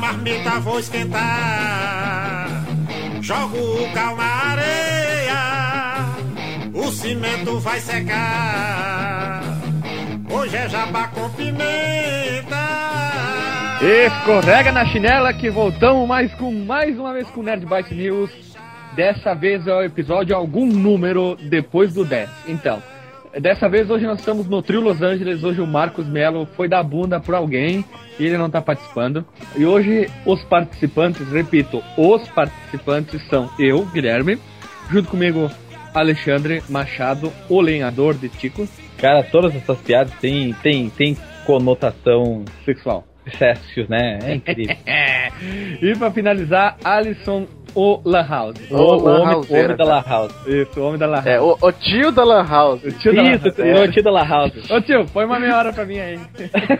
marmita vou esquentar. Jogo o cal na areia, o cimento vai secar. Hoje é jabá com pimenta. Escorrega na chinela que voltamos mais uma vez com o Nerd Byte News. Dessa vez é o episódio algum número depois do 10. Então, dessa vez hoje nós estamos no Trio Los Angeles. Hoje o Marcos Mello foi dar bunda por alguém e ele não está participando. E hoje os participantes, repito, os participantes são eu, Guilherme, junto comigo Alexandre Machado, o lenhador de Tico. Cara, todas essas piadas têm conotação Sexual. sexo, né? É incrível. E pra finalizar, Alisson, o Lan House. O homem da Lan House. Isso, o homem da Lan House. É, o tio da Lan House. O tio da Lan House. O tio da Lan House. Ô tio, põe uma meia hora pra mim aí.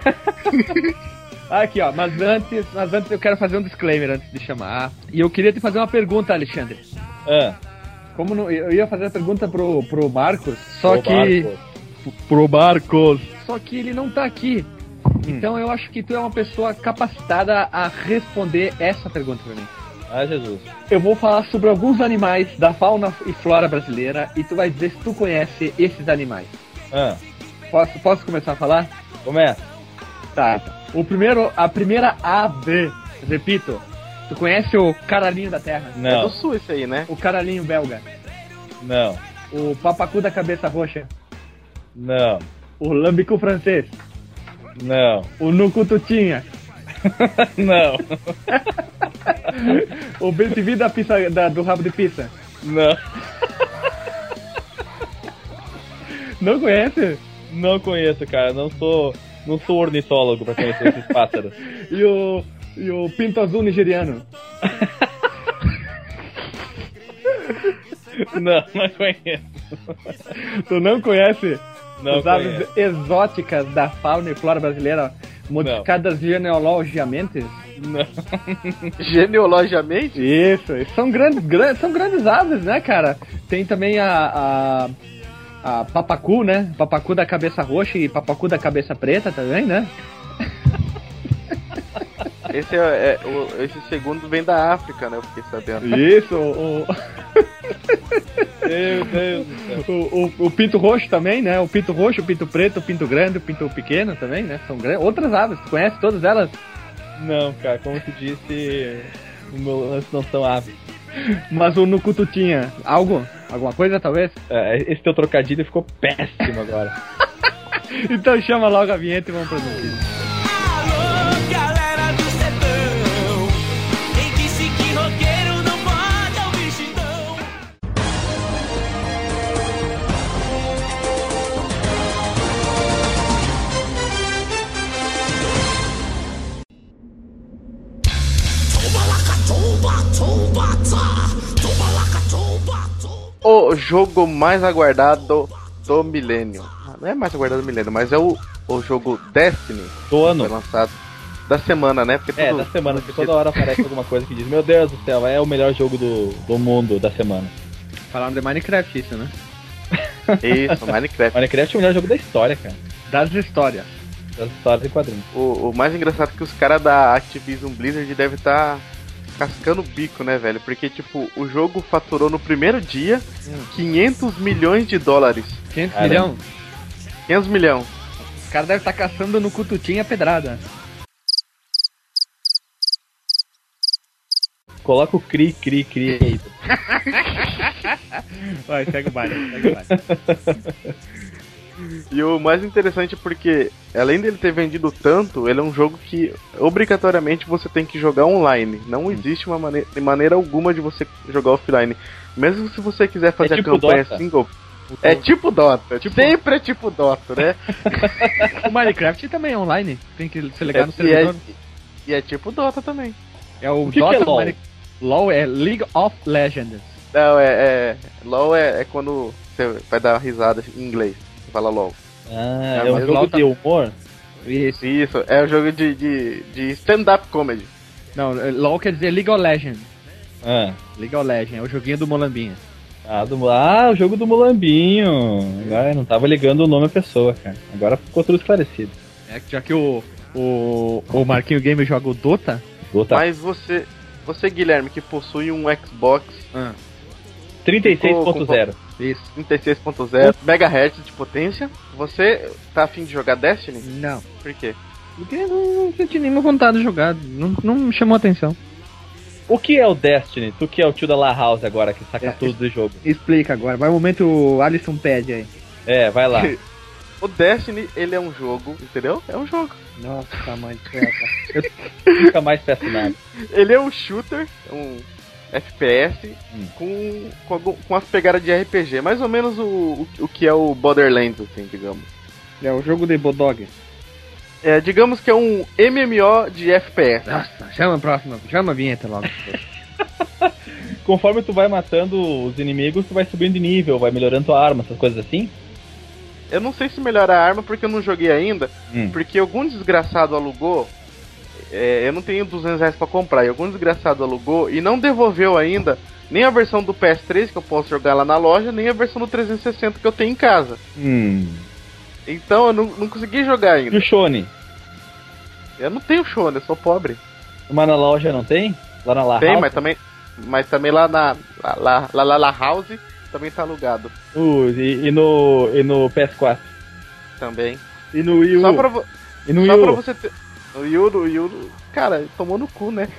Aqui, ó, mas antes eu quero fazer um disclaimer antes de chamar. E eu queria te fazer uma pergunta, Alexandre. Como eu ia fazer a pergunta pro Marcos, pro Marcos. Só que ele não tá aqui. Então eu acho que tu é uma pessoa capacitada a responder essa pergunta pra mim. Ah, Jesus. Eu vou falar sobre alguns animais da fauna e flora brasileira e tu vai dizer se tu conhece esses animais. Posso começar a falar? Começa. Tá. A primeira ave, repito. Tu conhece o caralhinho da terra? Não. É do sul isso aí, né? O caralhinho belga? Não. O papacu da cabeça roxa? Não. O lambicu francês? Não. O nucututinha? Não. O bem-te-vi da pizza, do rabo de pizza? Não. Não conhece? Não conheço, cara. Não sou ornitólogo pra conhecer esses pássaros. E o pinto azul nigeriano? Não conheço. Tu não conhece? Não as aves conheço. exóticas da fauna e flora brasileira modificadas genealogicamente? Não. Genealogicamente? Isso, são grandes aves, né, cara? Tem também a papacu, né? Papacu da cabeça roxa e papacu da cabeça preta também, né? Esse segundo vem da África, né? Eu fiquei sabendo. Isso, Meu Deus do céu. o pinto roxo também, né? O pinto roxo, o pinto preto, o pinto grande, o pinto pequeno também, né? São outras aves, tu conhece todas elas? Não, cara, como tu disse, o meu lance não são aves. Mas o nucututinha, alguma coisa talvez? Esse teu trocadilho ficou péssimo agora. Então chama logo a vinheta e vamos produzir. O jogo mais aguardado do milênio. Não é mais aguardado do milênio, mas é o jogo Destiny. Do ano. Foi lançado da semana, né? Porque da semana, porque toda hora aparece alguma coisa que diz: meu Deus do céu, é o melhor jogo do mundo da semana. Falando de Minecraft, isso, né? Isso, Minecraft. Minecraft é o melhor jogo da história, cara. Das histórias. Das histórias e quadrinhos. O mais engraçado é que os caras da Activision Blizzard devem estar cascando o bico, né, velho? Porque, tipo, o jogo faturou no primeiro dia 500 milhões de dólares. 500 milhões? 500 milhões. Os caras devem estar caçando no cututinho a pedrada. Coloca o cri aí. Vai, segue o baile. E o mais interessante é porque, além dele ter vendido tanto, ele é um jogo que obrigatoriamente você tem que jogar online. Não existe uma maneira alguma de você jogar offline. Mesmo se você quiser fazer tipo a campanha Dota. single. É tipo Dota. Sempre é tipo Dota, né? O Minecraft também é online. Tem que se ligar no servidor. E é tipo Dota também. É o que Dota é LOL? LOL é League of Legends. Não, LOL é quando você vai dar risada em inglês. Você fala LOL. É mas um jogo LOL de humor? Isso, é um jogo de stand-up comedy. Não, LOL quer dizer League of Legends. League of Legends, É o joguinho do Molambinha. O jogo do Molambinho. Agora não tava ligando o nome à pessoa, cara. Agora ficou tudo esclarecido. Já que o Marquinho Gamer joga o Dota, Luta. Mas você, Guilherme, que possui um Xbox 36.0. Isso. 36.0 MHz de potência, você tá afim de jogar Destiny? Não. Por quê? Porque não senti nenhuma vontade de jogar. Não me chamou a atenção. O que é o Destiny? Tu que é o tio da La House agora, que saca tudo do jogo. Explica agora. Vai o momento o Alisson pede aí. É, vai lá. O Destiny, ele é um jogo, entendeu? É um jogo. Nossa, mãe do céu, cara. Eu nunca mais peço nada. Ele é um shooter, um FPS, com uma pegada de RPG. Mais ou menos o que é o Borderlands, assim, digamos. É o jogo de Bodog. É, digamos que é um MMO de FPS. Nossa, chama a próxima. Chama a vinheta logo. Conforme tu vai matando os inimigos, tu vai subindo de nível, vai melhorando tua arma, essas coisas assim? Eu não sei se melhora a arma porque eu não joguei ainda. Porque algum desgraçado alugou. Eu não tenho R$200 pra comprar. E algum desgraçado alugou e não devolveu ainda nem a versão do PS3 que eu posso jogar lá na loja, nem a versão do 360 que eu tenho em casa. Então eu não consegui jogar ainda. E o Shone? Eu não tenho Shone, eu sou pobre. Mas na loja não tem? Lá na La Tem, House? mas também lá na La House também tá alugado. E no PS4? Também. E no Wii U? E no Só Wii U? pra você ter... No Wii U, cara, tomou no cu, né?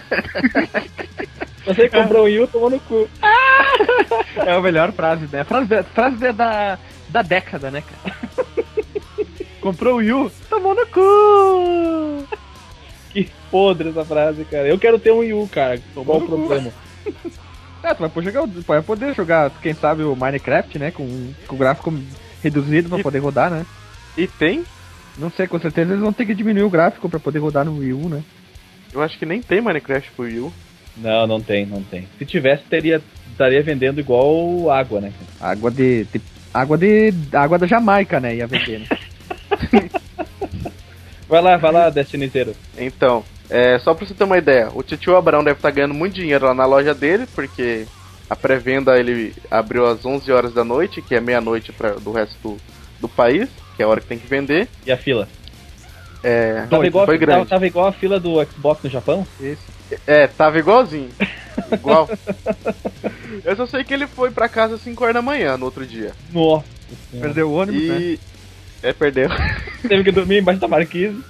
Você comprou o Wii U, tomou no cu. É a melhor frase, né? Frase da década, né, cara? Comprou o Wii U, tomou no cu! Que podre essa frase, cara. Eu quero ter um Wii U, cara. Qual o problema? Tu vai poder jogar, quem sabe, o Minecraft, né? Com o gráfico reduzido pra poder rodar, né? E tem? Não sei, com certeza eles vão ter que diminuir o gráfico pra poder rodar no Wii U, né? Eu acho que nem tem Minecraft pro Wii U. Não tem. Se tivesse, estaria vendendo igual água, né? Água da Jamaica, né? Ia vender, né? Vai lá, Destinyzeiro. Então, só pra você ter uma ideia, o Titio Abrão deve estar ganhando muito dinheiro lá na loja dele, porque a pré-venda ele abriu às 11 horas da noite, que é meia-noite do resto do país, que é a hora que tem que vender. E a fila? Foi grande. Tava igual a fila do Xbox no Japão? Isso. Tava igualzinho. Igual. Eu só sei que ele foi pra casa às 5 horas da manhã no outro dia. Nossa. Perdeu o ônibus, né? Perdeu. Teve que dormir embaixo da marquise.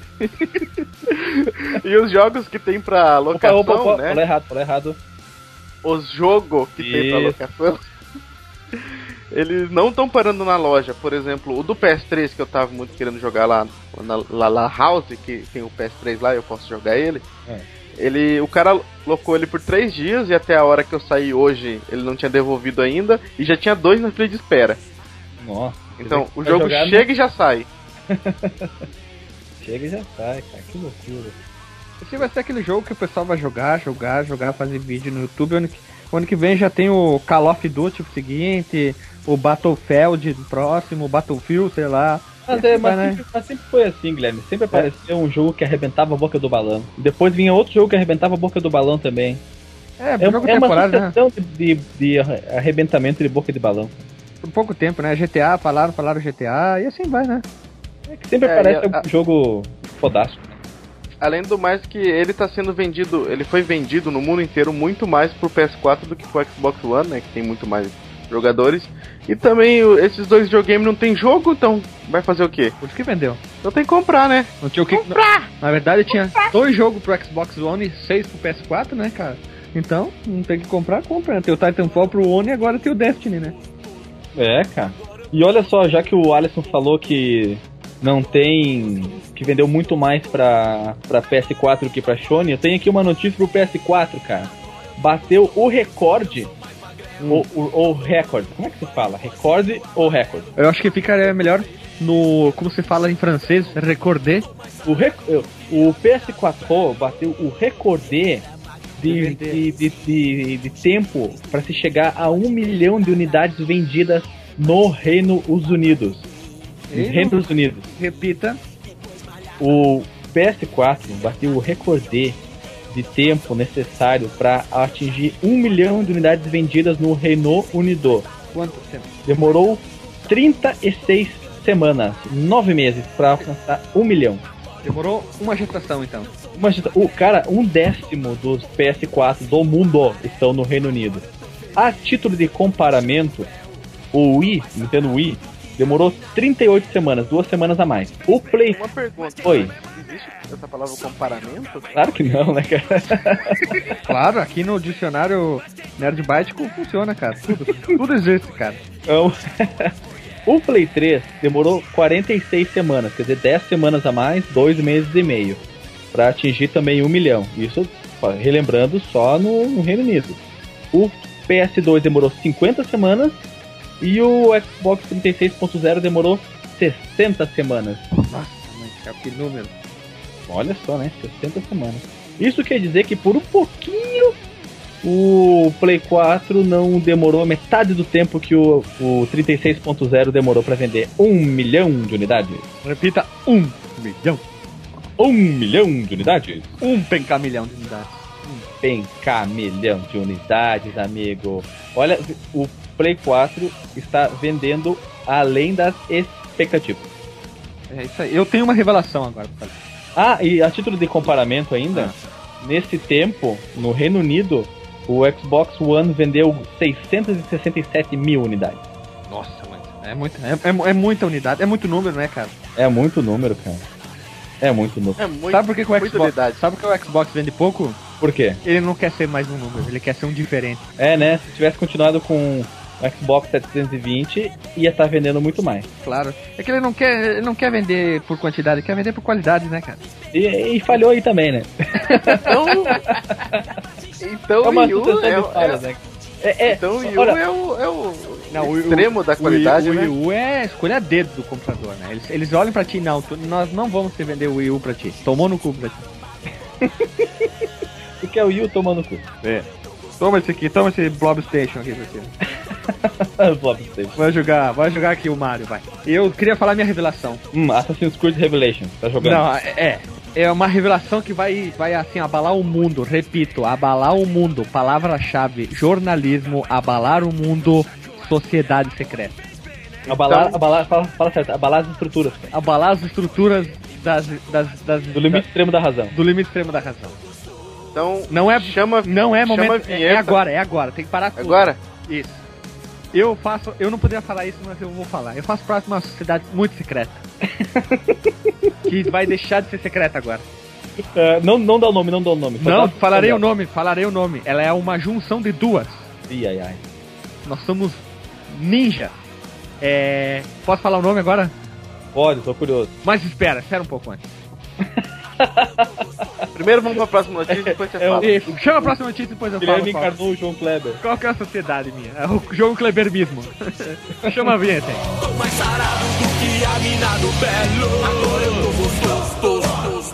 E os jogos que tem pra locação, né? Falei errado. Os jogos que tem pra locação, eles não estão parando na loja. Por exemplo, o do PS3 que eu tava muito querendo jogar lá na La House, que tem o PS3 lá e eu posso jogar ele. O cara locou ele por 3 dias e até a hora que eu saí hoje ele não tinha devolvido ainda e já tinha 2 na fila de espera. Nossa. Então o jogo chega e já sai. Chega e já sai, cara, que loucura. Esse vai ser aquele jogo que o pessoal vai jogar, fazer vídeo no YouTube. Ano que vem já tem o Call of Duty seguinte, o Battlefield próximo, o Battlefield, sei lá. Mas sempre foi assim, Guilherme. Sempre aparecia um jogo que arrebentava a boca do balão. Depois vinha outro jogo que arrebentava a boca do balão também. Jogo temporário, uma sucessão de arrebentamento de boca de balão. Por pouco tempo, né? GTA, falaram GTA e assim vai, né? Sempre parece um jogo fodástico. Além do mais que ele tá sendo vendido, ele foi vendido no mundo inteiro muito mais pro PS4 do que pro Xbox One, né? Que tem muito mais jogadores. E também esses dois videogames não tem jogo, então vai fazer o quê? Por isso que vendeu. Então tem que comprar, né? Não tinha o que comprar! Na verdade tinha 2 jogos pro Xbox One e 6 pro PS4, né, cara? Então, não tem que comprar, compra. Né? Tem o Titanfall pro One e agora tem o Destiny, né? Cara. E olha só, já que o Alisson falou que não tem... que vendeu muito mais pra PS4 do que pra Sony, eu tenho aqui uma notícia pro PS4, cara. Bateu o recorde... O recorde. Como é que se fala? Recorde ou recorde? Eu acho que ficaria melhor no... como se fala em francês, recordé. O PS4 Pro bateu o recorde de tempo para se chegar a 1 milhão de unidades vendidas no Reino Unidos. Reinos Unidos. Repita. O PS4 bateu o recorde de tempo necessário para atingir 1 milhão de unidades vendidas no Reino Unido. Quanto tempo? Demorou 36 semanas, 9 meses para alcançar 1 milhão. Demorou uma gestação, então. Imagina, cara, 1/10 dos PS4 do mundo estão no Reino Unido. A título de comparamento, o Nintendo Wii, demorou 38 semanas, 2 semanas a mais. O Play... Uma pergunta. Oi. Existe essa palavra comparamento? Claro que não, né, cara? Claro, aqui no dicionário Nerdbyte funciona, cara. Tudo existe, cara. Então, o Play 3 demorou 46 semanas, quer dizer, 10 semanas a mais, 2 meses e meio, pra atingir também 1 milhão. Isso, relembrando, só no Reino Unido. O PS2 demorou 50 semanas e o Xbox 36.0 demorou 60 semanas. Nossa, que número. Olha só, né? 60 semanas. Isso quer dizer que por um pouquinho o Play 4 não demorou metade do tempo que o 36.0 demorou pra vender 1 milhão de unidades. Repita, 1 milhão. 1 milhão de unidades? Um pencamilhão de unidades. Pencamilhão de unidades, amigo. Olha, o Play 4 está vendendo além das expectativas. É isso aí. Eu tenho uma revelação agora pra fazer. Ah, e a título de comparamento ainda, nesse tempo, no Reino Unido, o Xbox One vendeu 667 mil unidades. Nossa, mas é muita unidade, é muito número, né, cara? É muito número, cara. É muito número. É muito, Sabe por que o Xbox, unidade. sabe por que o Xbox vende pouco? Por quê? Ele não quer ser mais um número, ele quer ser um diferente. É, né? Se tivesse continuado com o Xbox 720, ia estar vendendo muito mais. Claro. É que ele não quer vender por quantidade, ele quer vender por qualidade, né, cara? E falhou aí também, né? Então É uma Wii U sucessão de falhas, né? Então o Wii U olha, é o Não, extremo da qualidade, o né? Wii U é escolha a dedo do comprador, né? Eles olham pra ti, não, nós não vamos te vender o Wii U pra ti. Tomou no cu pra ti. Porque é o Wii U tomando cu. É. Toma esse aqui, toma esse Blob Station aqui pra ti. Blob Station. Vai jogar aqui o Mario, vai. Eu queria falar minha revelação. Assassin's Creed Revelation, tá jogando? Não, é uma revelação que vai assim, abalar o mundo. Repito, abalar o mundo. Palavra-chave, jornalismo, abalar o mundo, sociedade secreta. Fala certo, abalar as estruturas. Cara. Abalar as estruturas Do limite extremo da razão. do limite extremo da razão. Então, Não é momento, chama a vinheta. é agora, tem que parar tudo. Agora? Isso. Eu não poderia falar isso, mas eu vou falar. Eu faço parte de uma sociedade muito secreta. Que vai deixar de ser secreta agora. Não dá o nome, não dá o nome. Não, falarei o nome. Ela é uma junção de duas. Ai. Nós somos ninja. Posso falar o nome agora? Pode, tô curioso. Mas espera um pouco antes. Primeiro vamos pra próxima notícia, depois você fala. Chama a próxima notícia e depois eu falo. Guilherme encarnou o João Kleber. Qual que é a sociedade minha? É o João Kleber mesmo. Chama a vinheta aí. Tô mais sarado do que a mina do Belo. Agora eu tô gostoso.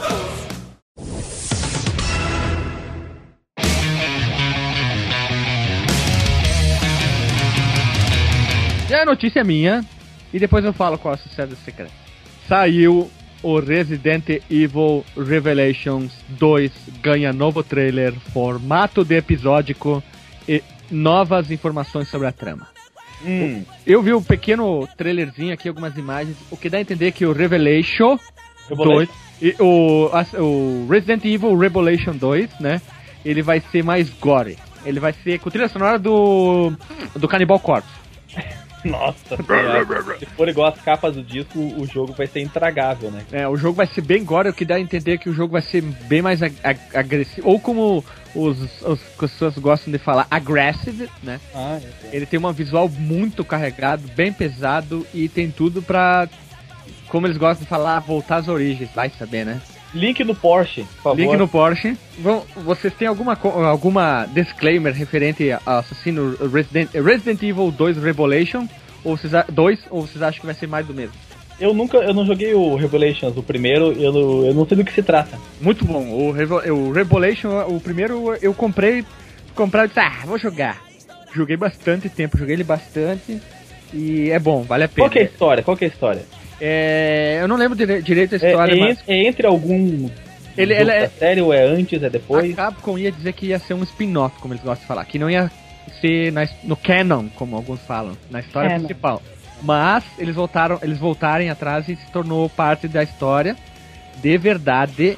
E a notícia é minha, e depois eu falo qual é a sociedade secreta. Saiu o Resident Evil Revelations 2, ganha novo trailer, formato de episódico e novas informações sobre a trama. Eu vi um pequeno trailerzinho aqui, algumas imagens, o que dá a entender que o Revelation 2, e o Resident Evil Revelation 2, né, ele vai ser mais gore. Ele vai ser com trilha sonora do Cannibal Corpse. Nossa, se for igual as capas do disco, o jogo vai ser intragável, né? O jogo vai ser bem gore, o que dá a entender que o jogo vai ser bem mais agressivo, ou como as pessoas gostam de falar, aggressive, né? Ele tem um visual muito carregado, bem pesado, e tem tudo pra, como eles gostam de falar, voltar às origens, vai saber, né? Link no Porsche, por favor. Link no Porsche. Vocês têm alguma disclaimer referente a assassino Resident Evil 2 Revelation? Ou vocês acham que vai ser mais do mesmo? Eu não joguei o Revelations, o primeiro, eu não sei do que se trata. Muito bom. O Revelation, o primeiro, eu comprei e disse, vou jogar. Joguei bastante tempo, joguei ele bastante e é bom, vale a pena. Qual que é a história? Eu não lembro direito a história, mas... É entre algum... Ele da série ou é antes, é depois? A Capcom ia dizer que ia ser um spin-off, como eles gostam de falar, que não ia ser no canon, como alguns falam, na história principal. Mas eles voltarem atrás e se tornou parte da história de verdade.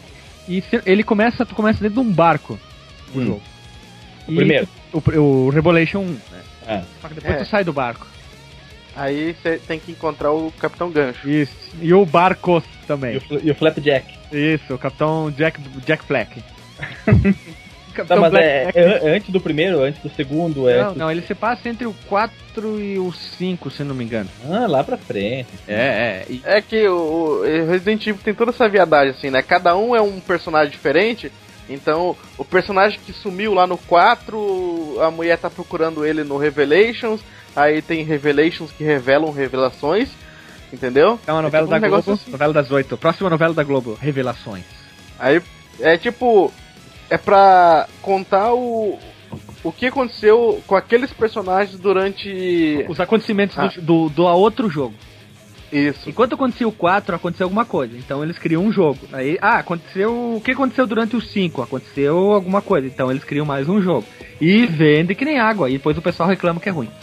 E tu começa dentro de um barco. O jogo. O primeiro. O Revelation 1. Né? Só que depois É. tu sai do barco. Aí você tem que encontrar o Capitão Gancho. Isso. E o Barcos também. E o Flapjack. Isso, o Capitão Jack Black. Tá, Capitão mas Black. é antes do primeiro, antes do segundo? Não, ele se passa entre o 4 e o 5, se não me engano. Ah, lá pra frente. É que o Resident Evil tem toda essa viadagem, assim, né? Cada um é um personagem diferente. Então, o personagem que sumiu lá no 4, a mulher tá procurando ele no Revelations. Aí tem Revelations que revelam revelações. Entendeu? É uma novela tipo da um negócio Globo, assim. novela das 8. Próxima novela da Globo, Revelações. Aí, é tipo... É pra contar o que aconteceu com aqueles personagens durante... Os acontecimentos do outro jogo. Isso. Enquanto acontecia o 4, aconteceu alguma coisa. Então eles criam um jogo. Aí, o que aconteceu durante o 5? Aconteceu alguma coisa. Então eles criam mais um jogo. E vende que nem água. E depois o pessoal reclama que é ruim.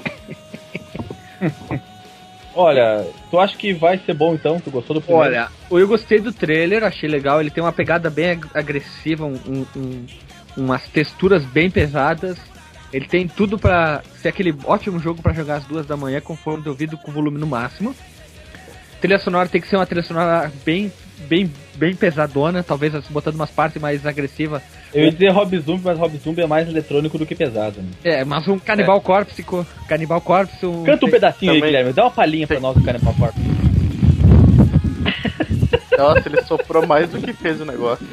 Olha, tu acha que vai ser bom então? Tu gostou do primeiro? Olha, eu gostei do trailer, achei legal. Ele tem uma pegada bem agressiva, umas texturas bem pesadas. Ele tem tudo pra ser aquele ótimo jogo pra jogar às 2 da manhã com fone de ouvido com volume no máximo. Trilha sonora tem que ser uma trilha sonora bem pesadona, talvez botando umas partes mais agressivas. Eu ia dizer Rob Zombie, mas Rob Zombie é mais eletrônico do que pesado. Né? Mas um Cannibal Corpse. Cannibal Corpse. Canta um pedacinho também. aí, Guilherme. Dá uma palhinha pra nós do Cannibal Corpse. Nossa, ele soprou mais do que fez o negócio.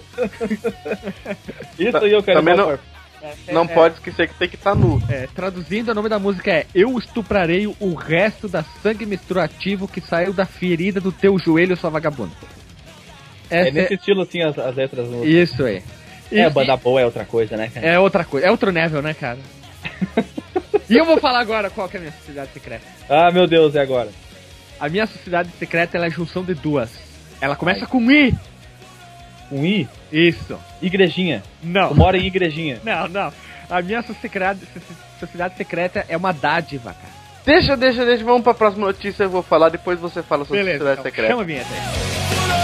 Isso aí é o Também Cannibal não, Corpse. não pode esquecer que tem que estar nu. Traduzindo, o nome da música é Eu estuprarei o resto da sangue misturativo que saiu da ferida do teu joelho, sua vagabunda. É nesse estilo assim as letras. Isso aí. A banda boa é outra coisa, né, cara? É outra coisa. É outro nível, né, cara? E eu vou falar agora qual que é a minha sociedade secreta. Ah, meu Deus, é agora. A minha sociedade secreta ela é a junção de duas. Ela começa com I. Um I? Isso. Igrejinha. Não. Tu mora em igrejinha. Não. A minha sociedade secreta é uma dádiva, cara. Deixa. Vamos pra próxima notícia. Eu vou falar, depois você fala sobre a sociedade secreta. Chama a vinheta aí.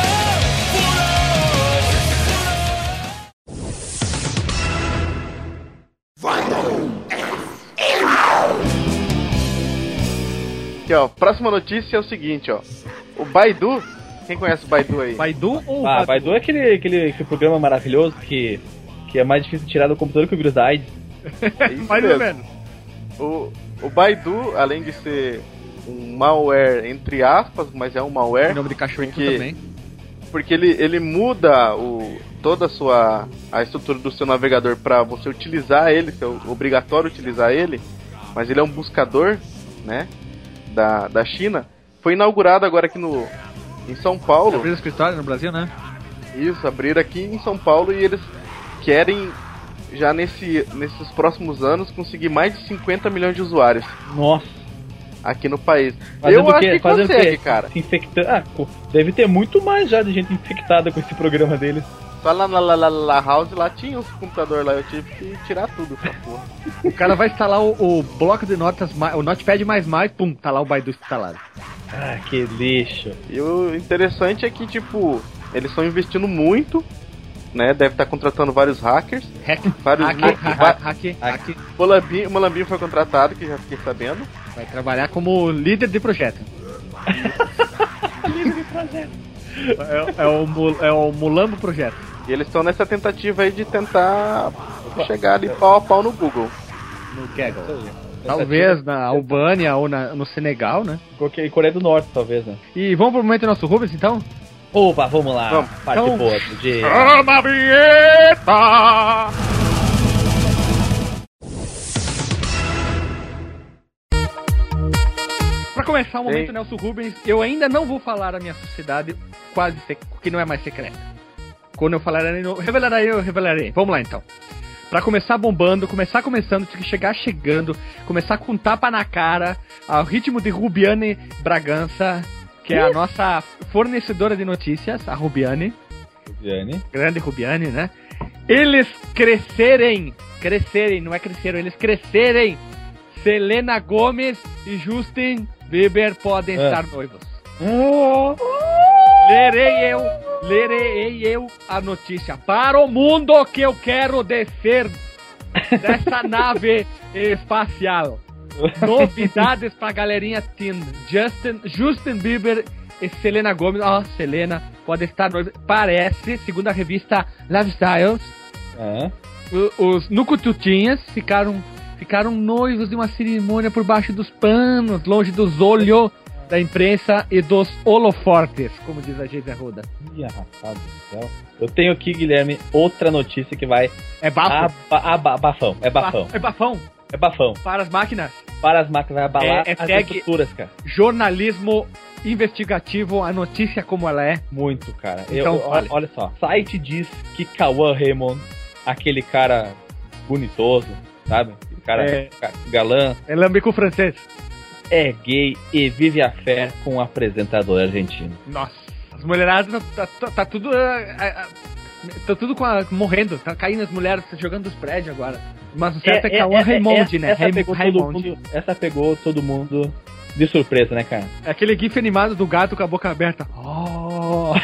Aqui, ó. Próxima notícia é o seguinte, ó. O Baidu... Quem conhece o Baidu aí? Baidu ou Baidu é aquele programa maravilhoso que é mais difícil de tirar do computador que o vírus da AIDS. É isso Mais ou mesmo. menos. O Baidu, além de ser um malware, entre aspas, mas é um malware... Em nome de cachorro porque- também. Porque ele muda toda a estrutura do seu navegador para você utilizar ele, é obrigatório utilizar ele, mas ele é um buscador, né, da China. Foi inaugurado agora aqui em São Paulo. Abriu o escritório no Brasil, né? Isso, abriram aqui em São Paulo e eles querem já nesses próximos anos conseguir mais de 50 milhões de usuários Nossa. aqui no país. Fazendo Eu o acho quê? que Fazendo o consegue, quê? cara. Se infectando. Deve ter muito mais já de gente infectada com esse programa deles. Só lá na House, lá tinha uns computadores lá, eu tive que tirar tudo essa porra. O cara vai instalar o bloco de notas, o Notepad++, pum, tá lá o Baidu instalado. Ah, que lixo. E o interessante é que, tipo, eles estão investindo muito, né? Deve estar contratando vários hackers. Vários Hack. O Malambinho foi contratado, que já fiquei sabendo. Vai trabalhar como líder de projeto. É o Mulambo Projeto. E eles estão nessa tentativa aí de tentar chegar ali pau a pau no Google. No Kaggle. Talvez na Albânia ou no Senegal, né? Em Coreia do Norte, talvez, né? E vamos pro momento do nosso Rubens, então? Opa, vamos lá. Vamos. Parte Então- boa do dia. Chama a vinheta! Pra começar o momento Ei. Nelson Rubens, eu ainda não vou falar a minha sociedade que não é mais secreta. Quando eu falarei, eu revelarei. Vamos lá então. Pra começar bombando, começando, tem que chegar chegando, começar com tapa na cara, ao ritmo de Rubiane Bragança, que é a nossa fornecedora de notícias, a Rubiane. Viane. Grande Rubiane, né? Eles crescerem, não é cresceram, eles crescerem. Selena Gomez e Justin Bieber podem estar noivos. Lerei eu lerei eu a notícia para o mundo que eu quero descer dessa nave espacial. Novidades pra galerinha teen. Justin Bieber e Selena Gomez. Selena pode estar noiva. Parece, segundo a revista Lifestyles, os Nucututinhas ficaram noivos de uma cerimônia por baixo dos panos, longe dos olhos da imprensa e dos holofortes, como diz a Geise Arruda. Ih, rapaz do céu. Eu tenho aqui, Guilherme, outra notícia que vai... É bafo? Bafão. É bafão. É bafão? É bafão. Para as máquinas? Para as máquinas, vai abalar as tag estruturas, cara. Jornalismo investigativo, a notícia como ela é. Muito, cara. Então, olha só. Site diz que Cauã Raymond, aquele cara bonitoso, sabe? Aquele cara galã. É lambico francês. É gay e vive a fé com um apresentador argentino. Nossa, as mulheradas tá tudo... Tá tudo morrendo, tá caindo as mulheres, jogando dos prédios agora. Mas o certo é Cauã Raymond, né? Essa pegou todo mundo de surpresa, né, cara? É aquele gif animado do gato com a boca aberta. Oh!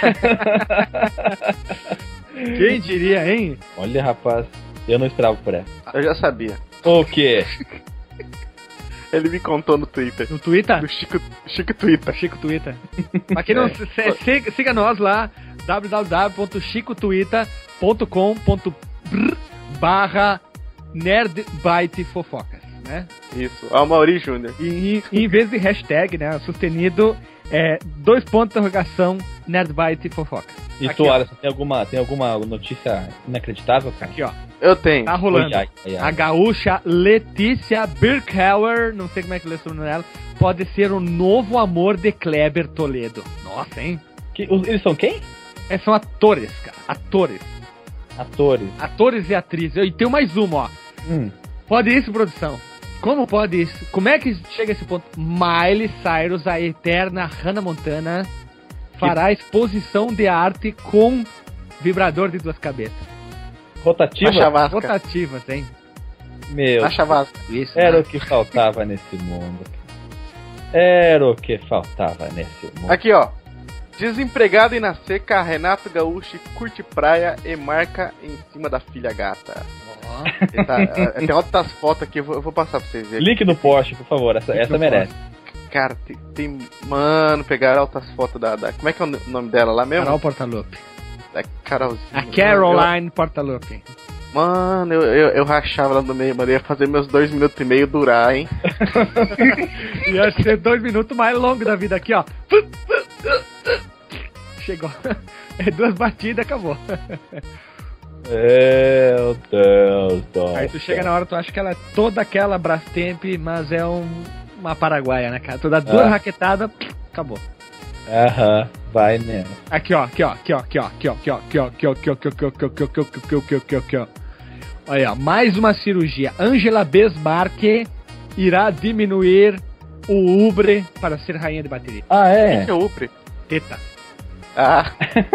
Quem diria, hein? Olha, rapaz, eu não esperava por essa. Eu já sabia. O quê? Ele me contou no Twitter. No Twitter? Do Chico Twitter. Chico Twitter. Pra quem não siga nós lá, www.chicoTwitter.com.br/nerdbytefofocas, né? Isso, Amaury Júnior. E em vez de hashtag, né, sustenido, 2 pontos de interrogação, nerdbytefofocas. E aqui, tu, Alisson, tem alguma notícia inacreditável, cara? Aqui, ó. Eu tenho. Tá rolando. A gaúcha Letícia Birkhauer, não sei como é que lê o nome dela, pode ser o novo amor de Kleber Toledo. Nossa, hein? Eles são quem? São atores, cara. Atores e atrizes. E tem mais uma, ó. Pode isso, produção? Como pode isso? Como é que chega a esse ponto? Miley Cyrus, a eterna Hannah Montana, fará exposição de arte com vibrador de 2 cabeças. Rotativas, hein? Meu. A chavasca. Isso, era, né? O que faltava nesse mundo. Era o que faltava nesse mundo. Aqui, ó. Desempregado e na seca, Renato Gaúcho curte praia e marca em cima da filha gata. Tem outras fotos aqui, eu vou passar pra vocês verem. Link no post, por favor, essa merece. Cara, tem... Mano, pegaram altas fotos da... Como é que é o nome dela lá mesmo? Carol Portalupe. Da Carolzinha. A Caroline Portalupe. Mano, eu rachava lá no meio, mano. Ia fazer meus 2 minutos e meio durar, hein? Ia ser 2 minutos mais longos da vida aqui, ó. Chegou. 2 batidas, acabou. Meu Deus do céu. Aí tu chega na hora, tu acha que ela é toda aquela Brastemp, mas é uma paraguaia, né, cara? Tu dá 2 raquetadas, acabou. Aham, vai mesmo. Aqui, ó. Olha, mais uma cirurgia. Angela Bismarck irá diminuir o ubre para ser rainha de bateria. Ah, é? O que é ubre? Teta. Ah.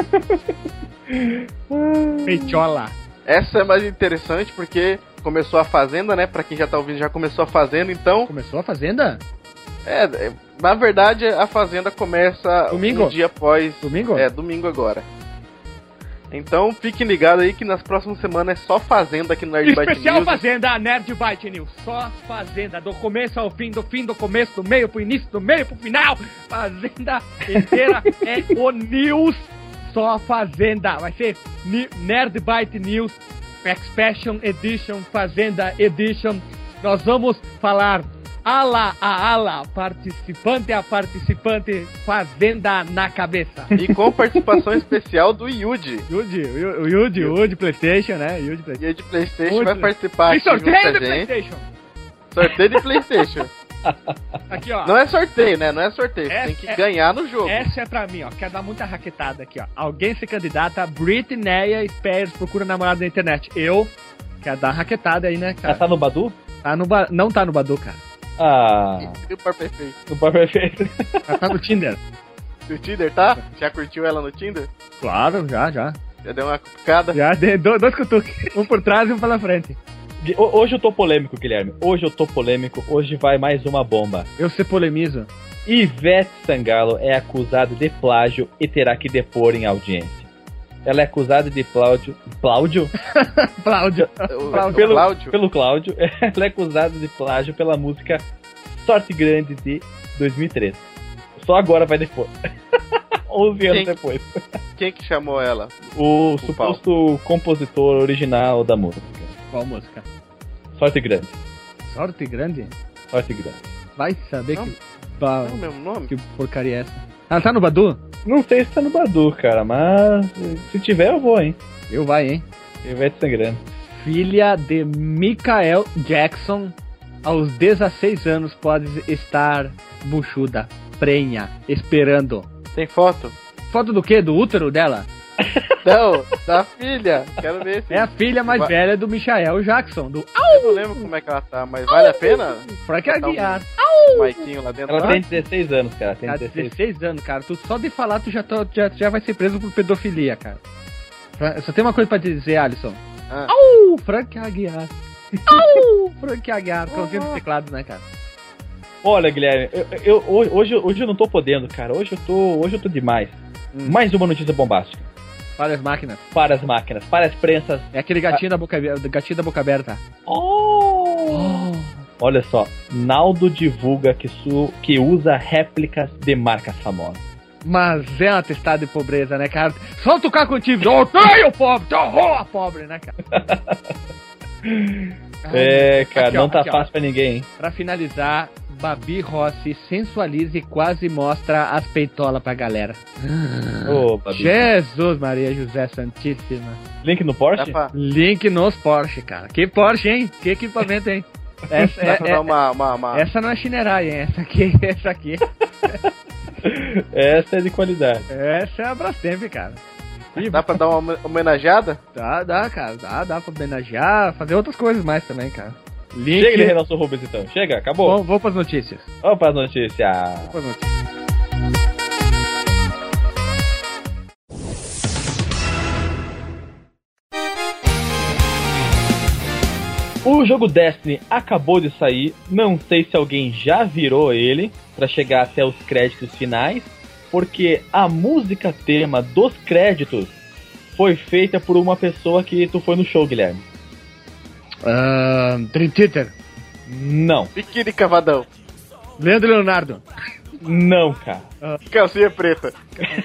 Peitola. Essa é mais interessante porque começou a Fazenda, né? Pra quem já tá ouvindo, já começou a Fazenda, então... Começou a Fazenda? Na verdade, a Fazenda começa domingo? Um dia após... Domingo? Domingo agora. Então, fiquem ligados aí que nas próximas semanas é só Fazenda aqui no Nerd Byte News. Especial Fazenda, Nerd Byte News. Só Fazenda, do começo ao fim, do começo, do meio pro início, do meio pro final. Fazenda inteira é o News. Só Fazenda. Vai ser Nerd Byte News Expansion Edition, Fazenda Edition. Nós vamos falar ala a ala, participante a participante, Fazenda na cabeça. E com participação especial do Yuji. O Yuji PlayStation, né? Yuji PlayStation vai participar. E sorteio de PlayStation. Sorteio de PlayStation. Aqui, ó. Não é sorteio, né? Não é sorteio. Você tem que ganhar no jogo. Essa é pra mim, ó. Quer dar muita raquetada aqui, ó. Alguém se candidata, Britney Spears procura namorado na internet. Eu quero dar raquetada aí, né, cara? Ela tá no Badu? Não tá no Badu, cara. Ah. E o Par Perfeito? O Par Perfeito. Ela tá no Tinder. No Tinder, tá? Já curtiu ela no Tinder? Claro, já. Já deu uma cutucada? Já dei 2 cutuques. Um por trás e um pela frente. Hoje eu tô polêmico, Guilherme. Hoje vai mais uma bomba. Eu se polemizo. Ivete Sangalo é acusada de plágio e terá que depor em audiência. ela é acusada de plágio. Plágio? Cláudio. Pelo Cláudio. Ela é acusada de plágio pela música Sorte Grande de 2003. Só agora vai depois. 11 anos depois. Quem que chamou ela? O suposto compositor original da música. Qual música? Sorte Grande. Sorte Grande? Sorte Grande. Vai saber Não. que... Não é o mesmo nome? Que porcaria é essa? Ela tá no Badu? Não sei se tá no Badu, cara, mas se tiver eu vou, hein. Eu vai, hein? Ivete Sangrando. Filha de Michael Jackson, aos 16 anos pode estar buchuda, prenha, esperando. Tem foto? Foto do quê? Do útero dela? Não, da filha. Quero ver se... É a filha mais velha do Michael Jackson, do Eu não lembro como é que ela tá, mas vale a pena? Frank Aguiar. Um maiquinho lá dentro. Ela lá? tem 16 anos, cara. Tem Tá 16. anos, cara. Tu, só de falar, tu já vai ser preso por pedofilia, cara. Só tem uma coisa pra te dizer, Alisson. Frank Aguiar. Frank Aguiar, cãozinho do teclado, né, cara? Olha, Guilherme, hoje eu não tô podendo, cara. Hoje eu tô demais. Mais uma notícia bombástica. Para as máquinas. Para as máquinas, para as prensas. É aquele gatinho da boca aberta. Olha só, Naldo divulga que usa réplicas de marcas famosas. Mas é um atestado de pobreza, né, cara? Só tocar contigo, eu odeio o pobre, tu horror pobre, né, cara? Cara, aqui, não ó, tá aqui, fácil pra ninguém, hein? Pra finalizar, Babi Rossi sensualiza e quase mostra as peitolas pra galera. Ô, Babi. Jesus Maria José Santíssima. Link no Porsche? Link nos Porsche, cara. Que Porsche, hein? Que equipamento, hein? Essa não é Shinerai, hein? Essa aqui. Essa é de qualidade. Essa é a Brastemp, cara. Dá pra dar uma homenageada? Dá, cara. Dá pra homenagear, fazer outras coisas mais também, cara. Link... Chega de Renato Rubens, então. Chega, acabou. Vou pras notícias. Vamos pras notícias. O jogo Destiny acabou de sair, não sei se alguém já virou ele pra chegar até os créditos finais, porque a música tema dos créditos foi feita por uma pessoa que tu foi no show, Guilherme. Dream Theater. Não. Biquíni Cavadão. Leandro Leonardo. Não, cara. Calcinha preta.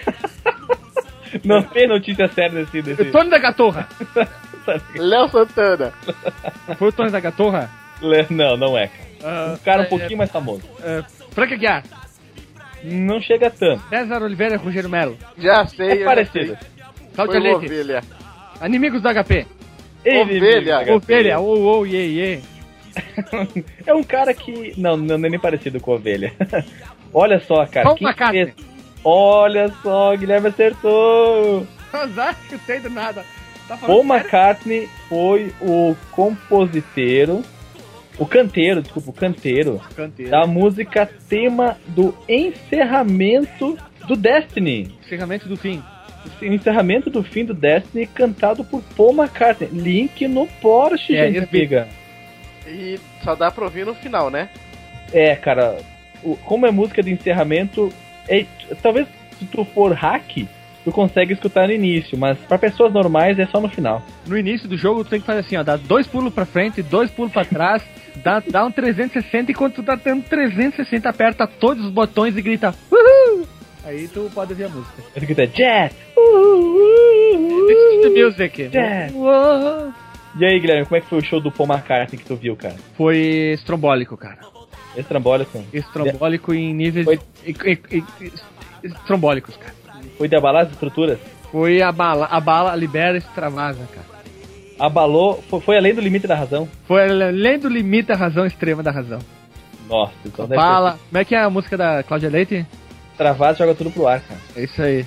Não tem notícia séria desse... Tony da Gatorra. Léo Santana. Foi o Tony da Gatorra? Não é, cara. Um cara um pouquinho mais famoso. Frank Aguiar. Não chega tanto. César Oliveira e Rogério Melo. Já sei. É parecido. Cláudia Foi Leite. Ovelha. Inimigos do HP. Ovelha. Ovelha. É um cara que... Não é nem parecido com Ovelha. Olha só, cara. Paul McCartney. Olha só, Guilherme acertou. Azar, eu sei do nada. Tá Paul McCartney foi o compositor, o canteiro da música tema do encerramento do Destiny. Encerramento do fim. O encerramento do fim do Destiny cantado por Paul McCartney. Link no Porsche, gente amiga. E só dá pra ouvir no final, né? Cara, como é música de encerramento, talvez se tu for hack, tu consegue escutar no início, mas pra pessoas normais é só no final. No início do jogo tu tem que fazer assim, ó, dá 2 pulos pra frente, 2 pulos pra trás, dá um 360 e quando tu tá dando 360 aperta todos os botões e grita uhul! Aí tu pode ouvir a música. Ele grita Jet! This is the music. Jet! Uhul. E aí, Guilherme, como é que foi o show do Paul McCartney que tu viu, cara? Foi estrombólico, cara. Estrambólico? Em níveis estrombólicos, cara. Foi de abalar as estruturas? Foi a bala libera extravasa, cara. Abalou, foi além do limite da razão? Foi além do limite da razão extrema da razão. Nossa, então bala. Como é que é a música da Cláudia Leite? Travado, joga tudo pro ar, cara. É isso aí.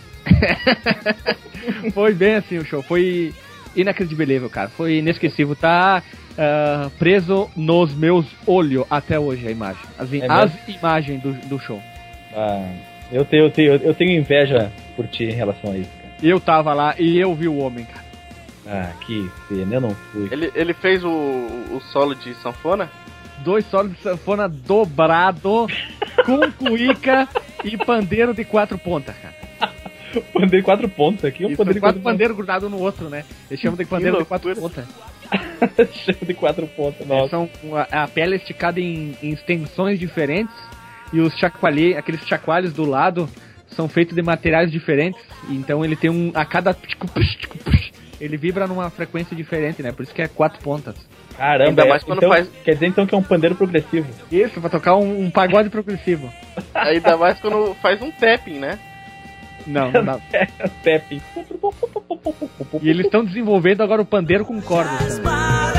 Foi bem assim o show, foi inacreditável, cara. Foi inesquecível, tá preso nos meus olhos até hoje a imagem. As imagens do show. Eu tenho inveja por ti em relação a isso, cara. Eu tava lá e eu vi o homem, cara. Que pena, eu não fui. Ele fez o solo de sanfona? 2 solos de sanfona dobrado com cuíca e pandeiro de 4 pontas, cara. Pandeiro 4 pontas aqui. Isso, Pandeiro 4 pandeiros grudados no outro, né? Eles chamam de pandeiro de 4 pontas. Chama de 4 pontas, nossa. São a pele esticada em extensões diferentes e os aqueles chacoalhos do lado são feitos de materiais diferentes. Então ele tem a cada ele vibra numa frequência diferente, né? Por isso que é 4 pontas. Caramba, Ainda mais quando faz... Quer dizer então que é um pandeiro progressivo. Isso, pra tocar um pagode progressivo. Ainda mais quando faz um tapping, né? Não. Tapping. E eles estão desenvolvendo agora o pandeiro com cordas também.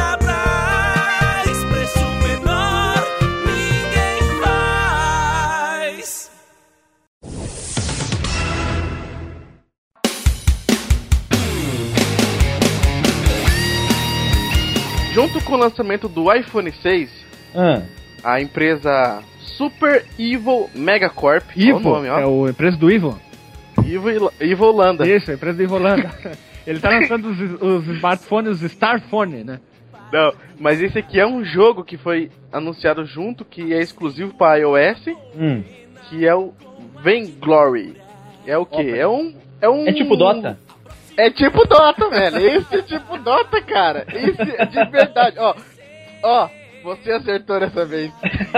Preço menor, ninguém faz. Junto com o lançamento do iPhone 6, a empresa Super Evil Megacorp, Ivo, a empresa do Ivo. Ivo Holanda. Isso, a empresa do Ivo Holanda. Ele tá lançando os smartphones, os Starphone, né? Não, mas esse aqui é um jogo que foi anunciado junto, que é exclusivo para iOS, que é o Vainglory. É o quê? É tipo Dota? É tipo Dota, velho. Esse é tipo Dota, cara. Esse é de verdade. Ó, você acertou dessa vez.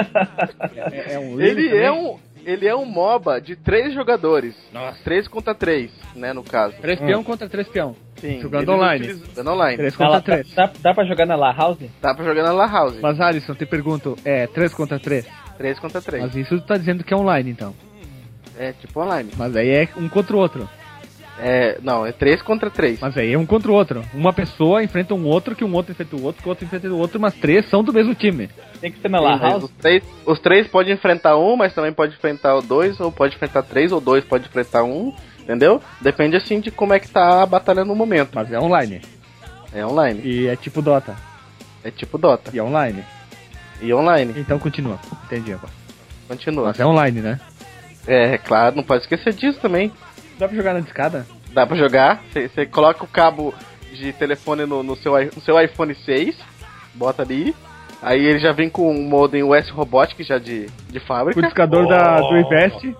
Ele é um MOBA de 3 jogadores. Nossa. 3 contra 3, né, no caso. 3 peão contra 3 peão. Sim. Jogando online. Jogando online. 3 contra 3. Dá pra jogar na La House? Dá pra jogar na La House. Mas Alisson, te pergunto, 3 contra 3? 3 contra 3. Mas isso tu tá dizendo que é online, então. É tipo online. Mas aí é um contra o outro. Não, é 3 contra 3. Mas aí é um contra o outro. Uma pessoa enfrenta um outro, que um outro enfrenta o outro, que o outro enfrenta o outro, mas 3 são do mesmo time. Tem que ser na La House? Os 3 podem enfrentar um, mas também pode enfrentar o 2, ou pode enfrentar 3, ou 2 pode enfrentar um, entendeu? Depende assim de como é que tá a batalha no momento. Mas é online. É online. E é tipo Dota. É tipo Dota. E é online. E online. Então continua. Entendi agora. Continua. Mas é online, né? É, claro, não pode esquecer disso também. Dá pra jogar na discada? Dá pra jogar. Você coloca o cabo de telefone no seu iPhone 6, bota ali. Aí ele já vem com um modem US Robotic já de fábrica. O discador do IBEST.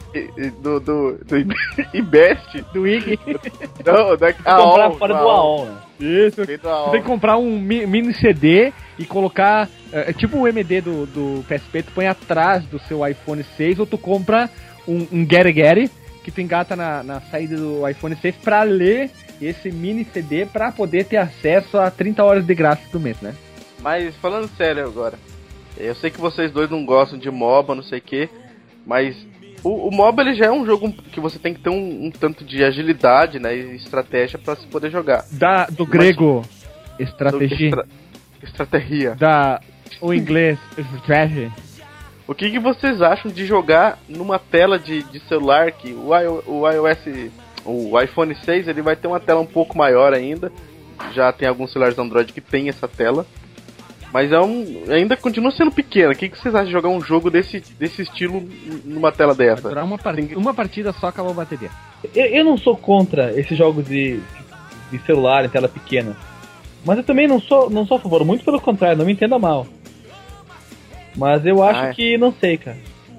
Do IBEST. Do IG. Não, comprar fora do AOL, né? Isso. Você tem que comprar um mini CD e colocar... tipo o MD do PSP, tu põe atrás do seu iPhone 6, ou tu compra um Get que tu engata na saída do iPhone 6 pra ler esse mini CD pra poder ter acesso a 30 horas de graça do mês, né? Mas falando sério agora, eu sei que vocês dois não gostam de MOBA, não sei o que, mas o MOBA ele já é um jogo que você tem que ter um tanto de agilidade, né, e estratégia pra se poder jogar. Do grego, estratégia. Estratégia. O inglês, strategy. O que vocês acham de jogar numa tela de celular que o iOS, o iPhone 6, ele vai ter uma tela um pouco maior ainda. Já tem alguns celulares Android que tem essa tela. Mas ainda continua sendo pequena. O que vocês acham de jogar um jogo desse estilo numa tela dessa? Vai durar uma partida só, acabou a bateria. Eu não sou contra esses jogos de celular em tela pequena. Mas eu também não sou a favor. Muito pelo contrário, não me entenda mal. Mas eu acho que não sei, cara.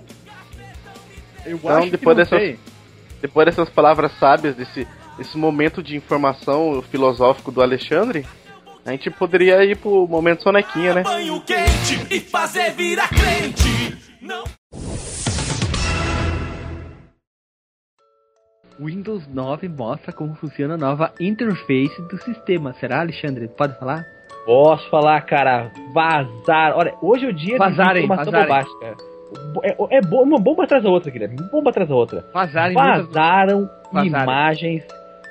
Então, depois dessas palavras sábias, desse momento de informação filosófico do Alexandre, a gente poderia ir pro momento sonequinha, né? Banho quente e fazer virar crente. Não. Windows 9 mostra como funciona a nova interface do sistema. Será, Alexandre? Pode falar? Posso falar, cara. Vazar. Olha, hoje é o dia de informação bobagem, cara. É uma bomba atrás da outra, Guilherme. Uma bomba atrás da outra. Vazaram imagens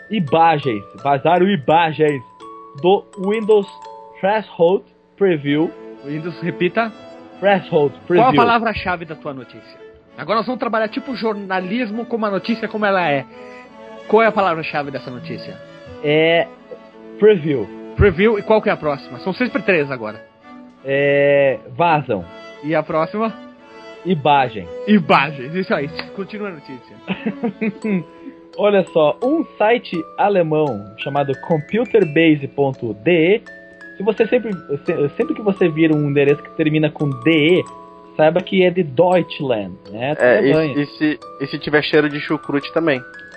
do Windows Threshold Preview. Windows, repita. Threshold Preview. Qual a palavra-chave da tua notícia? Agora nós vamos trabalhar tipo jornalismo com a notícia como ela é. Qual é a palavra-chave dessa notícia? É Preview. Preview, e qual que é a próxima? São sempre 3 agora. Vazam. E a próxima? Imagens, isso aí, continua a notícia. Olha só, um site alemão chamado computerbase.de. Se você sempre que você vir um endereço que termina com DE, saiba que é de Deutschland, né? E se tiver cheiro de chucrute também.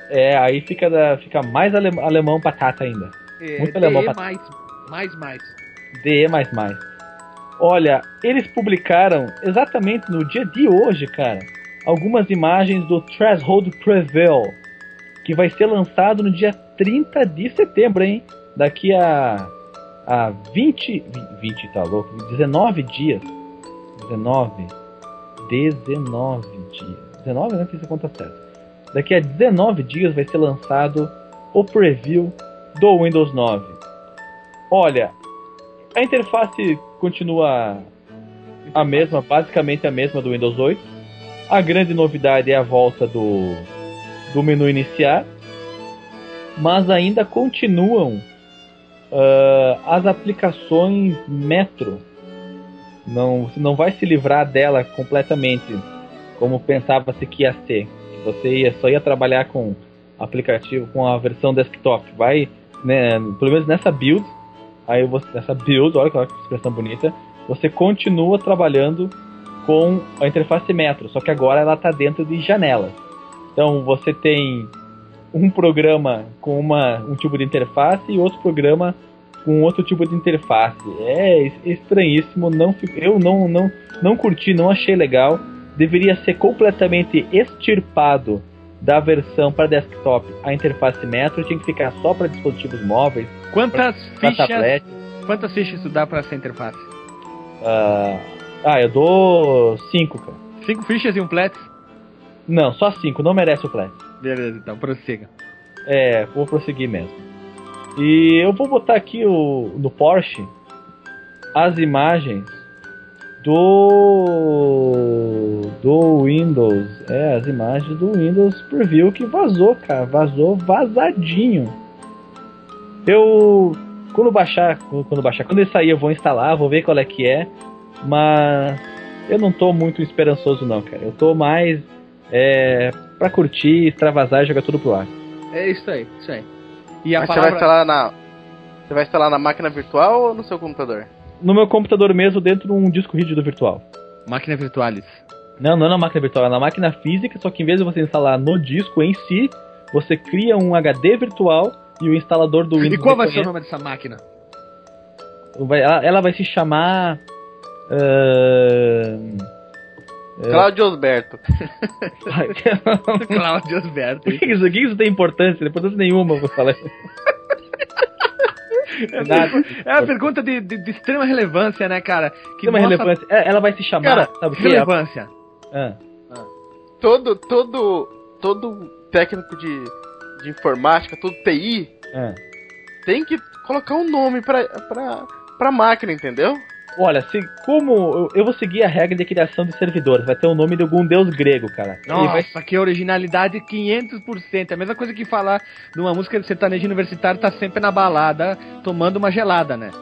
Aí fica mais alemão batata ainda. Muito alemão batata. Mais. DE++. Olha, eles publicaram exatamente no dia de hoje, cara, algumas imagens do Threshold Prevail, que vai ser lançado no dia 30 de setembro, hein? Daqui a 20, tá louco? 19 dias. 19 dias. 19, não sei se conta certo. Daqui a 19 dias vai ser lançado o preview do Windows 9. Olha, a interface continua a mesma, basicamente a mesma do Windows 8. A grande novidade é a volta do menu iniciar, mas ainda continuam as aplicações Metro. Você não vai se livrar dela completamente como pensava-se que ia ser. Você só ia trabalhar com aplicativo, com a versão desktop. Vai, né, pelo menos nessa build, olha que expressão bonita, você continua trabalhando com a interface Metro, só que agora ela está dentro de janelas. Então você tem um programa com um tipo de interface e outro programa com outro tipo de interface. É estranhíssimo, eu não curti, não achei legal. Deveria ser completamente extirpado da versão para desktop a interface Metro, tinha que ficar só para dispositivos móveis. Quantas fichas tu dá para essa interface? Eu dou 5, cara. 5 fichas e um Plex? Não, só 5, não merece o Plex. Beleza, então, prossiga. Vou prosseguir mesmo. E eu vou botar aqui no Porsche as imagens do Windows. As imagens do Windows Preview que vazou, cara. Vazou vazadinho. Quando ele sair eu vou instalar, vou ver qual é que é. Mas eu não tô muito esperançoso não, cara. Eu tô mais pra curtir, extravasar e jogar tudo pro ar. É isso aí. E Mas você vai instalar na máquina virtual ou no seu computador? No meu computador mesmo, dentro de um disco rígido virtual. Máquina virtualis. Não é na máquina virtual, é na máquina física, só que em vez de você instalar no disco em si, você cria um HD virtual e o instalador do Windows... E qual vai ser o nome dessa máquina? Ela vai se chamar... Cláudio Osberto. Cláudio Osberto. O que isso tem importância? Não tem importância nenhuma, vou falar. É uma pergunta de extrema relevância, né, cara? Extrema relevância. Ela vai se chamar... Cara, sabe, relevância. Todo técnico de informática, todo TI, tem que colocar um nome pra máquina, entendeu? Olha, como eu vou seguir a regra de criação de servidores, vai ter o nome de algum deus grego, cara. Nossa, que originalidade 500%. É a mesma coisa que falar de uma música de sertanejo universitário tá sempre na balada, tomando uma gelada, né?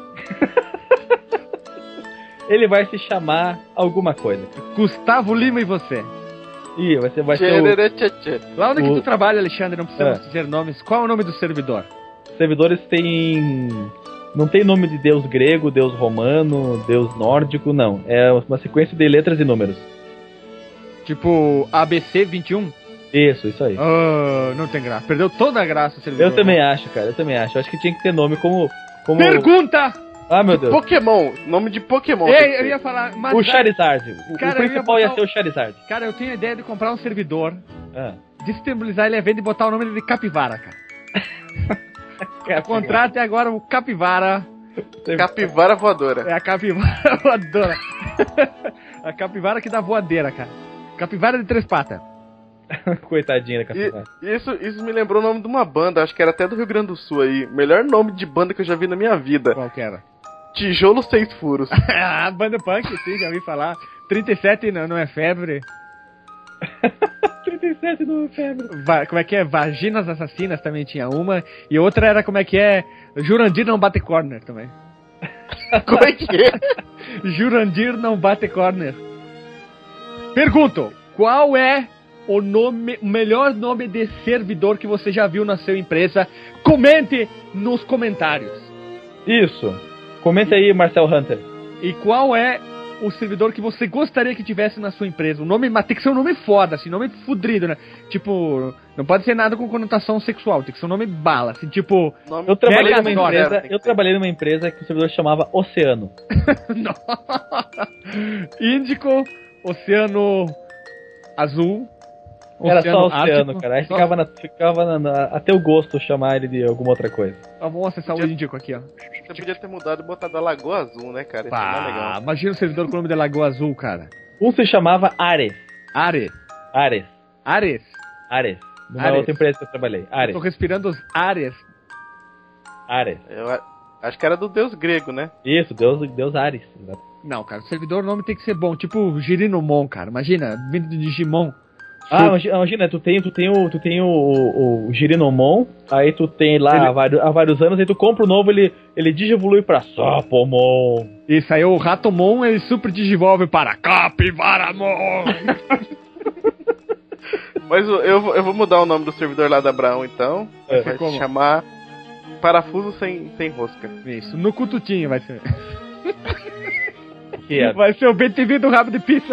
Ele vai se chamar alguma coisa. Gustavo Lima e você. Vai ser Lá onde que tu trabalha, Alexandre, não precisamos dizer nomes. Qual é o nome do servidor? Servidores não tem nome de deus grego, deus romano, deus nórdico, não. É uma sequência de letras e números. Tipo ABC 21? Isso aí. Não tem graça. Perdeu toda a graça o servidor. Eu também acho, cara. Eu acho que tinha que ter nome como... Pergunta! Ah, meu Deus. Pokémon. Nome de Pokémon. Eu ia falar... Mas o Charizard. O principal ia ser o Charizard. Cara, eu tenho a ideia de comprar um servidor, disponibilizar ele à venda e botar o nome dele de Capivara, cara. O contrato é agora o Capivara. Capivara voadora. É a capivara voadora. A capivara que dá voadeira, cara. Capivara de 3 patas. Coitadinha da capivara. Isso me lembrou o nome de uma banda, acho que era até do Rio Grande do Sul aí. Melhor nome de banda que eu já vi na minha vida. Qual que era? Tijolo 6 Furos. Ah, banda punk, sim, já ouvi falar. 37 não é febre. 37 não é febre. Como é que é? Vaginas Assassinas também tinha uma. E outra era como é que é? Jurandir não bate corner também. Como é que é? Jurandir não bate corner. Pergunto, qual é o melhor nome de servidor que você já viu na sua empresa? Comente nos comentários. Isso. Comenta aí, Marcel Hunter. E qual é o servidor que você gostaria que tivesse na sua empresa. O nome, mas tem que ser um nome foda, assim, nome fudrido, né? Tipo, não pode ser nada com conotação sexual, tem que ser um nome bala, assim, tipo... Eu trabalhei Megazord. numa empresa que o servidor chamava Oceano. Índico, Oceano Azul... Era só Oceano, Ártico. cara. Aí ficava até o gosto chamar ele de alguma outra coisa. Vamos acessar o Índico aqui, ó. Você podia ter mudado e botado a Lagoa Azul, né, cara? Isso é mais legal. Imagina o servidor com o nome de Lagoa Azul, cara. Um se chamava Ares. Ares. Numa outra empresa que eu trabalhei. Ares. Tô respirando os Ares. Eu acho que era do deus grego, né? Isso, Deus Ares. Exato. Não, cara, o servidor, o nome tem que ser bom. Tipo Girinomon, cara. Imagina, vindo de Digimon. Imagina, tu tem o Girinomon, aí tu tem lá há vários anos, aí tu compra o novo, ele digievolui pra Sapomon. Isso aí, o Ratomon, ele super digivolve para Capivaramon. Mas eu vou mudar o nome do servidor lá da Abraão, então. Vai se chamar Parafuso Sem Rosca. Isso, no cututinho vai ser. Que é? Vai ser o BTV do rabo de pizza.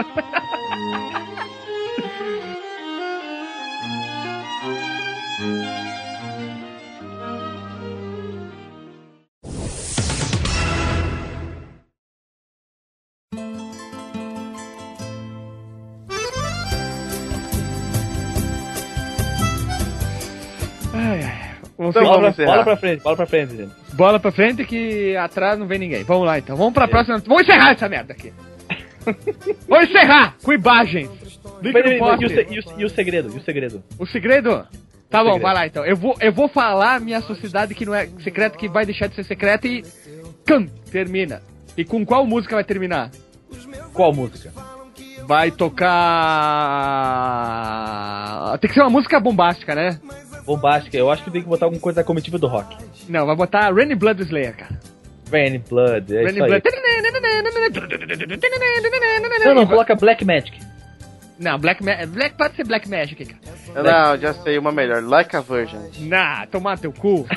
Então, bola pra frente, gente. Bola pra frente que atrás não vem ninguém. Vamos lá então. Vamos pra próxima. Vamos encerrar essa merda aqui. Vamos encerrar com imagens. E o segredo? O segredo? Tá bom, vai lá então. Eu vou falar a minha sociedade que não é secreta, que vai deixar de ser secreta e... termina. E com qual música vai terminar? Qual música? Vai tocar... Tem que ser uma música bombástica, né? Bombástica, eu acho que tem que botar alguma coisa da comitiva do rock. Não, vai botar Rain Blood Slayer, cara. Rain Blood, é Rain isso aí. Blood. Não, coloca Black Magic. Não, Black pode ser Black Magic, cara. Não, já sei uma melhor. Like a Virgin. Não, tomar teu cu.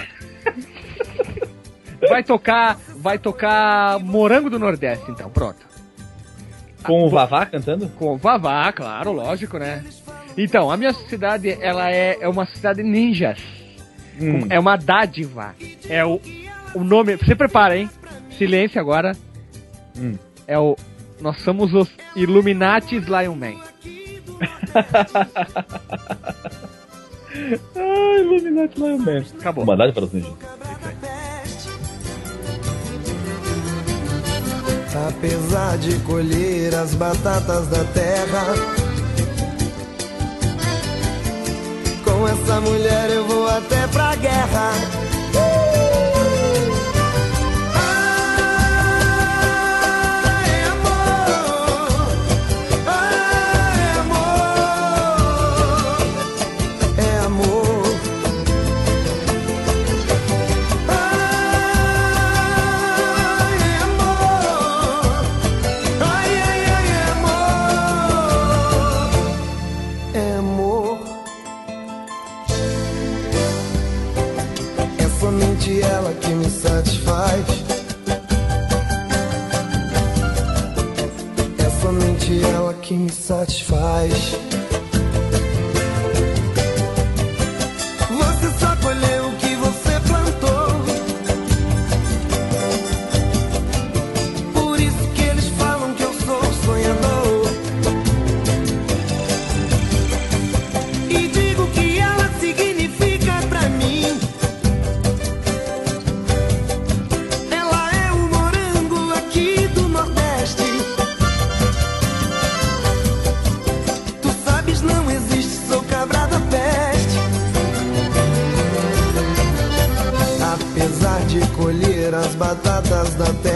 Vai tocar Morango do Nordeste, então, pronto. Com o Vavá cantando? Com o Vavá, claro, lógico, né? Então, a minha cidade, ela é uma cidade ninjas. É uma dádiva. É o nome... Você prepara, hein? Silêncio agora. É o... Nós somos os Illuminatis Lion Man. Illuminati Lion Man. Acabou. Mandade para os ninjas. Apesar de colher as batatas da terra, com essa mulher eu vou até pra guerra. Ai, amor, é amor. Ela que me satisfaz. É somente ela que me satisfaz. Você só colheu o que você plantou. Por isso que eles falam que eu sou sonhador. E digo que ela significa pra mim. Apesar de colher as batatas da terra,